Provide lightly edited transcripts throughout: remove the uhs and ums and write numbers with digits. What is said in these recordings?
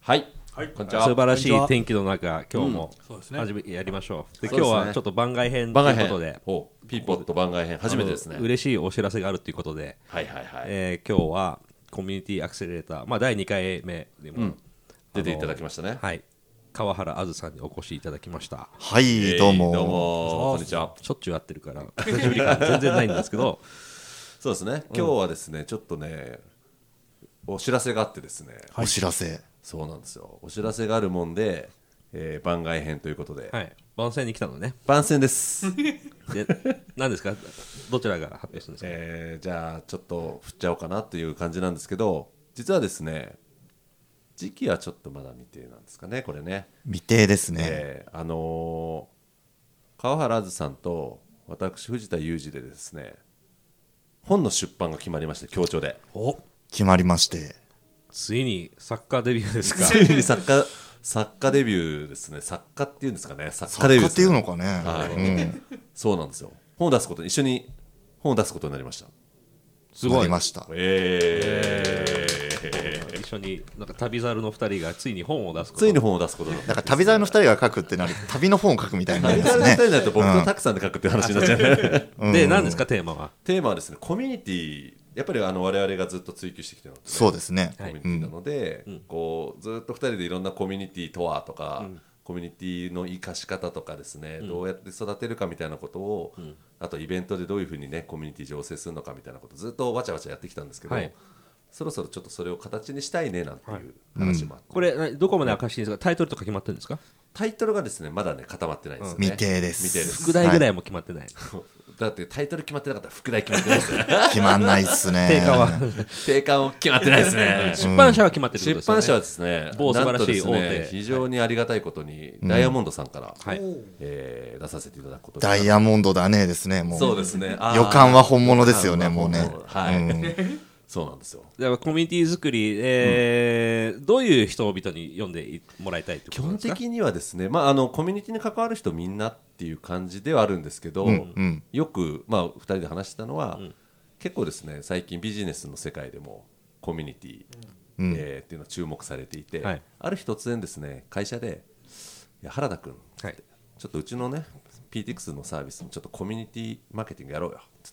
はい、 はい、 こんにちは。 素晴らしい天気の中、今日もそうですね。 始めやりましょう。で、 そうですね今日はちょっと番外編と番外編いうことで、 ピーポット番外編初めてですね。 嬉しいお知らせがあるということで、 はいはいはい、 今日はコミュニティアクセレーター、第2回目でも、 出ていただきましたね。 はい、川原あずさんにお越しいただきました。 はい、どうも。 どうも、こんにちは。 しょっちゅう会ってるから久しぶり感全然ないんですけどそうですね、今日はですね、ちょっとね、お知らせがあってですね、 お知らせ。 そうなんですよ。お知らせがあるもんで、番外編ということで、 はい、番宣に来たのね。 番宣です。 で、何ですか、どちらが発表するんですか。 じゃあちょっと振っちゃおうかなという感じなんですけど、実はですね、時期はちょっとまだ未定なんですかね、これね。 未定ですね。 川原あずさんと私藤田裕二でですね、本の出版が決まりまして、協調で決まりまして。 ついに作家デビューですか。 ついに作家デビューですね。作家っていうんですかね、作家デビューですね。 作家っていうのかね。 はい、そうなんですよ。本を出すこと、一緒に本を出すことになりました。 すごい。 なりました。 一緒になんか旅猿の2人がついに本を出すこと。 ついに本を出すことになった。 だから旅猿の2人が書くってなる、旅の本を書くみたいになりますね。 旅猿の2人になると僕とたくさんで書くっていう話になっちゃうね。 で、何ですかテーマは。 テーマはですね、コミュニティ、やっぱり我々がずっと追求してきてるので、 そうですね。 コミュニティなので、こうずっと2人でいろんなコミュニティとはとか、コミュニティの生かし方とかですね、どうやって育てるかみたいなことを、あとイベントでどういうふうにねコミュニティ醸成するのかみたいなことずっとわちゃわちゃやってきたんですけど、 はい、 そろそろちょっとそれを形にしたいねなんていう話もあって、 これどこまで明かしていいんですか。タイトルとか決まってるんですか。 タイトルがですねまだね固まってないですよね。 未定です。 未定です。 副題ぐらいも決まってない。 だってタイトル決まってなかったら副題決まってないですね。 決まんないっすね。 定価は定価も決まってないですね。 出版社は決まってるってことですよね。 出版社はですね、 某素晴らしい大手、 なんとですね、非常にありがたいことに、ダイヤモンドさんから、出させていただくことになりました。 ダイヤモンドだねですね。もう。 そうですね。 予感は本物ですよね、もうね。 はい。そうなんですよ。 だからコミュニティ作り、どういう人々に読んでもらいたいという基ことなんですか。 本的にはですね、コミュニティに関わる人みんなっていう感じではあるんですけど、よく、2人で話したのは、結構ですね、最近ビジネスの世界でもコミュニティ、っていうのが注目されていて、 はい、 ある日突然ですね、会社でいや原田君、 はい、 ちょっとうちのね PTX のサービスにちょっとコミュニティマーケティングやろうよっつって、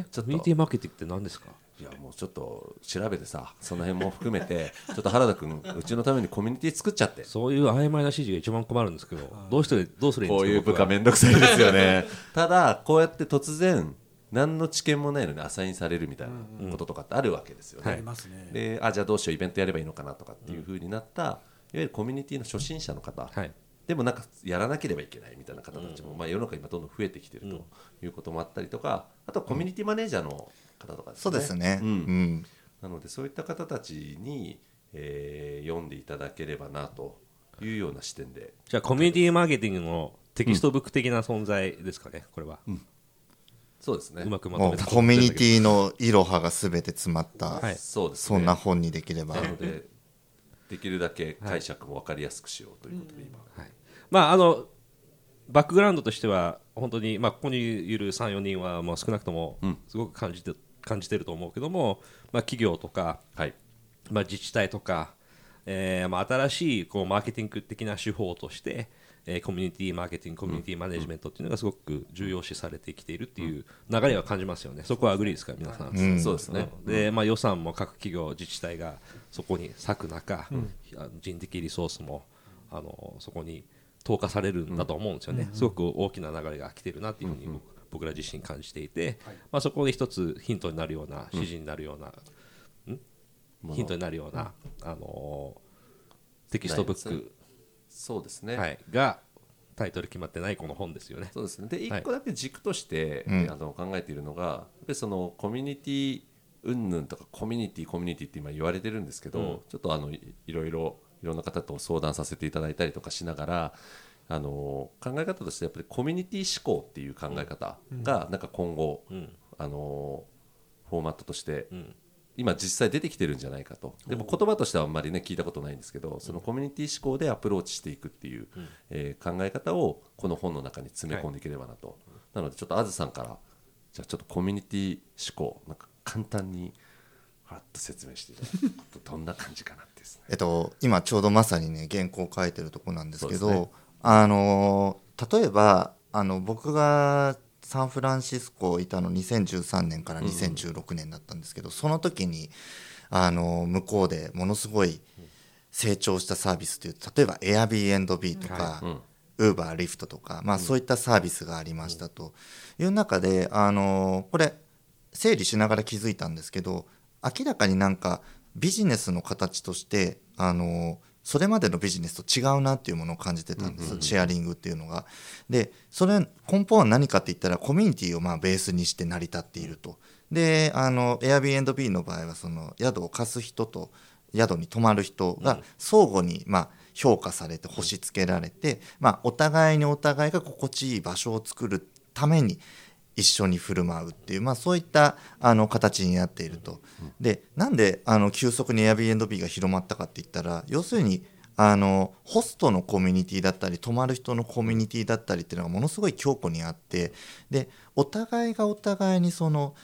コミュニティマーケティングって何ですか。 いやもうちょっと調べてさ、その辺も含めてちょっと原田君うちのためにコミュニティ作っちゃって。 そういう曖昧な指示が一番困るんですけど、どうすればいいんですか。 こういう部下めんどくさいですよね。ただこうやって突然何の知見もないのにアサインされるみたいなこととかってあるわけですよね。 ありますね。 で、じゃあどうしようイベントやればいいのかなとかっていう風になった、いわゆるコミュニティの初心者の方、 はい、 でもなんかやらなければいけないみたいな方たちも、世の中今どんどん増えてきてるということもあったりとか、あとはコミュニティマネージャーの方とかですね。 そうですね。 なのでそういった方たちに、読んでいただければなというような視点で。 じゃあコミュニティマーケティングのテキストブック的な存在ですかね、これは。 そうですね。 うまくまとめたとコミュニィティのいろはがすべて詰まった、 はい、 そうですね。 そんな本にできれば。 なのでできるだけ解釈も分かりやすくしようということで今、 バックグラウンドとしては本当に、ここにいる 3,4 人はもう少なくともすごく感じてると思うけども、企業とか、 はい自治体とか、新しいこうマーケティング的な手法として、コミュニティマーケティング、コミュニティマネジメントっていうのがすごく重要視されてきているっていう流れは感じますよね。そこはアグリーですか皆さん。 そうですね。 で、予算も各企業自治体がそこに割く中、人的リソースもそこに投下されるんだと思うんですよね。すごく大きな流れが来てるなっていうふうに僕ら自身感じていて、そこで一つヒントになるような指示になるような、ヒントになるような、テキストブック、 そうですね、 はい、がタイトル決まってないこの本ですよね。 そうですね。で1個だけ軸として、考えているのがやっぱりそのコミュニティ云々とかコミュニティって今言われてるんですけど、ちょっといろんな方と相談させていただいたりとかしながら、考え方としてやっぱりコミュニティ思考っていう考え方がなんか今後、フォーマットとして今実際出てきてるんじゃないかと。でも言葉としてはあんまりね聞いたことないんですけど、そのコミュニティ思考でアプローチしていくっていう、考え方をこの本の中に詰め込んでいければなと、なのでちょっとあずさんからじゃあちょっとコミュニティ思考なんか簡単にふわっと説明していただくとどんな感じかなってですね。 今ちょうどまさにね原稿を書いてるとこなんですけど、 そうですね、 例えば僕がサンフランシスコいたの2013年から2016年だったんですけど、その時に向こうでものすごい成長したサービスという、例えば Airbnb とか、Uber、Lyft とか、そういったサービスがありましたという中で、これ整理しながら気づいたんですけど、明らかになんかビジネスの形としてそれまでのビジネスと違うなっていうものを感じてたんです、シェアリングっていうのが。でそれ根本は何かって言ったらコミュニティをベースにして成り立っていると。でAirbnb の場合はその宿を貸す人と宿に泊まる人が相互に評価されて星つけられて、お互いにお互いが心地いい場所を作るために一緒に振る舞うっていう、そういった形になっていると。でなんで急速に Airbnb が広まったかって言ったら、要するにホストのコミュニティだったり泊まる人のコミュニティだったりっていうのがものすごい強固にあって、でお互いがお互いにその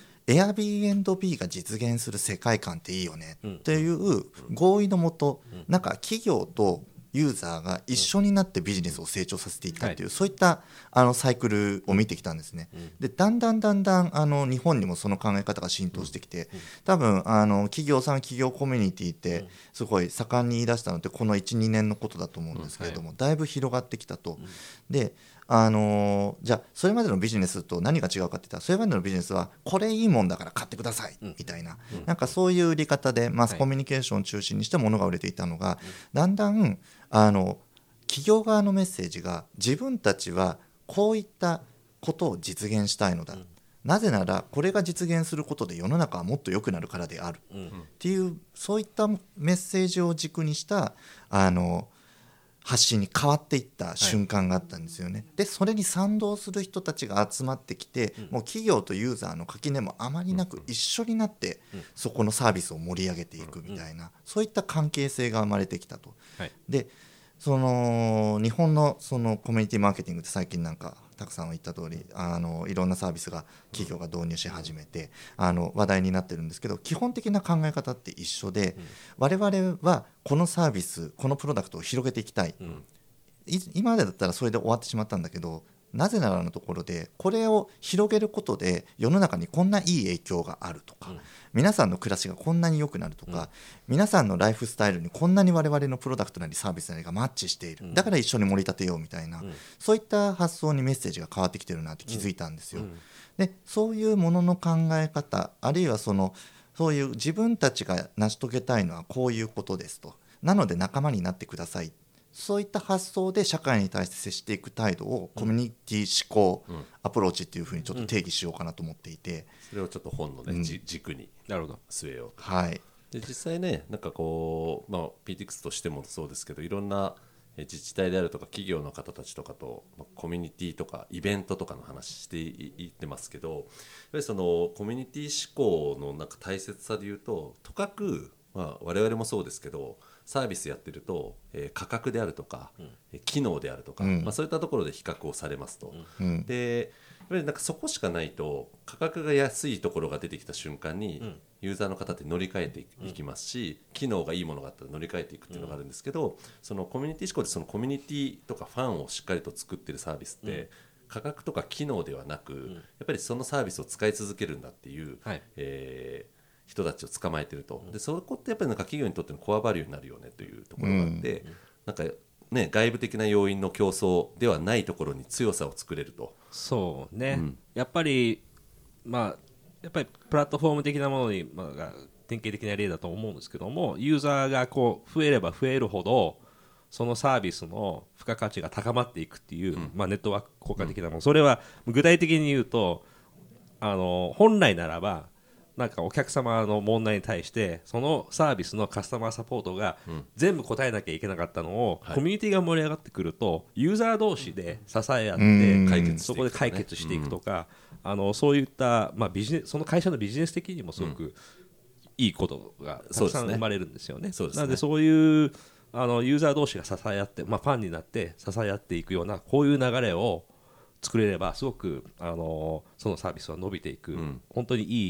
Airbnb が実現する世界観っていいよねっていう合意のもと、なんか企業とユーザーが一緒になってビジネスを成長させていったっていう、そういったサイクルを見てきたんですね。でだんだん日本にもその考え方が浸透してきて、多分企業さん企業コミュニティってすごい盛んに言い出したのってこの 1,2 年のことだと思うんですけれども、だいぶ広がってきたと。でじゃあそれまでのビジネスと何が違うかって言ったら、それまでのビジネスはこれいいもんだから買ってくださいみたいな、なんかそういう売り方でマスコミュニケーションを中心にして物が売れていたのが、だんだん企業側のメッセージが自分たちはこういったことを実現したいのだ、なぜならこれが実現することで世の中はもっと良くなるからであるっていう、そういったメッセージを軸にした発信に変わっていった瞬間があったんですよね。でそれに賛同する人たちが集まってきて、もう企業とユーザーの垣根もあまりなく一緒になってそこのサービスを盛り上げていくみたいな、そういった関係性が生まれてきたと。でその日本のそのコミュニティマーケティングって最近なんかたくさん言った通りいろんなサービスが企業が導入し始めて話題になってるんですけど、基本的な考え方って一緒で、我々はこのサービスこのプロダクトを広げていきたい、今までだったらそれで終わってしまったんだけど、なぜならのところでこれを広げることで世の中にこんないい影響があるとか、皆さんの暮らしがこんなに良くなるとか、皆さんのライフスタイルにこんなに我々のプロダクトなりサービスなりがマッチしている、だから一緒に盛り立てようみたいな、そういった発想にメッセージが変わってきてるなって気づいたんですよ。でそういうものの考え方、あるいはそういう自分たちが成し遂げたいのはこういうことですと、なので仲間になってください、そういった発想で社会に対して接していく態度をコミュニティ思考、アプローチっていうふうにちょっと定義しようかなと思っていて、 それをちょっと本の、ね軸に据えようと。で実際ね、なんかこう、PTX としてもそうですけど、いろんな自治体であるとか企業の方たちとかと、コミュニティとかイベントとかの話していってますけど、やっぱりそのコミュニティ思考のなんか大切さでいうと、とかく、我々もそうですけどサービスやってると、価格であるとか、機能であるとか、そういったところで比較をされますと、でやっぱりなんかそこしかないと価格が安いところが出てきた瞬間に、ユーザーの方って乗り換えていきますし、機能がいいものがあったら乗り換えていくっていうのがあるんですけど、そのコミュニティ思考でそのコミュニティとかファンをしっかりと作ってるサービスって、価格とか機能ではなく、やっぱりそのサービスを使い続けるんだっていう、人たちを捕まえてると。でそこってやっぱりなんか企業にとってのコアバリューになるよねというところがあって、なんかね、外部的な要因の競争ではないところに強さを作れると。 そうね、やっぱりプラットフォーム的なものに、が典型的な例だと思うんですけども、ユーザーがこう増えれば増えるほどそのサービスの付加価値が高まっていくっていう、ネットワーク効果的なもの、それは具体的に言うと本来ならばなんかお客様の問題に対してそのサービスのカスタマーサポートが全部答えなきゃいけなかったのを、コミュニティが盛り上がってくるとユーザー同士で支え合ってそこで解決していくとか、そういった、その会社のビジネス的にもすごくいいことがたくさん生まれるんですよね。なのでそういうユーザー同士が支え合って、ファンになって支え合っていくようなこういう流れを作れればすごくそのサービスは伸びていく、本当にいい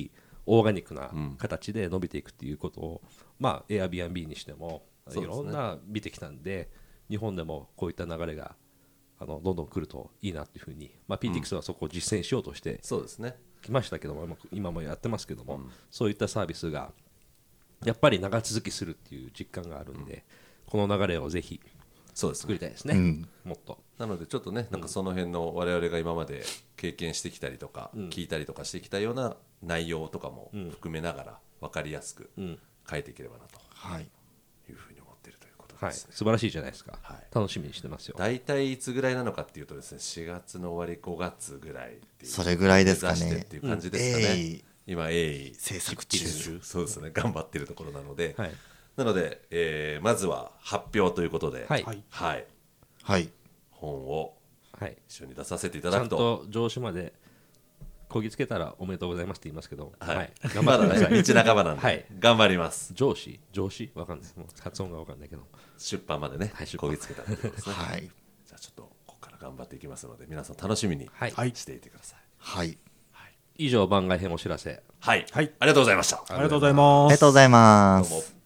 オーガニックな形で伸びていくっていうことを、まあ Airbnb にしてもいろんな見てきたんで、日本でもこういった流れがどんどん来るといいなっていうふうに、まあ、PTX はそこを実践しようとしてそうですね。 きましたけども、今もやってますけども、そういったサービスがやっぱり長続きするっていう実感があるんで、この流れをぜひそうですね。 作りたいですね、もっと。 なのでちょっとね、なんかその辺の我々が今まで経験してきたりとか、聞いたりとかしてきたような内容とかも含めながら分かりやすく変えていければなというふうに思っているということはい、 ですね。 素晴らしいじゃないですか、 はい楽しみにしてますよ。 大体いつぐらいなのかっていうとですね、4月の終わり5月ぐらいっていうそれぐらいですかね目指してっていう感じですかね。今鋭意制作中。 そうですね、頑張ってるところなので、 はいなので、まずは発表ということで、 はいはいはい。 本をはい、 一緒に出させていたちゃんだくと。 と上司までこぎつけたらおめでとうございますって言いますけど、 はい頑まだ張ってください。 ね道半ばなんで、 はい頑張ります。 上司わかんない、もう発音がわかんないけど、 出版までね、 はい出版こぎつけたということですね。 はい。 じゃあちょっとここから頑張っていきますので、皆さん楽しみにはいしていてください。 はい。 以上番外編お知らせ。 はい、 はいありがとうございました。 ありがとうございます。 ありがとうございます。 どうも。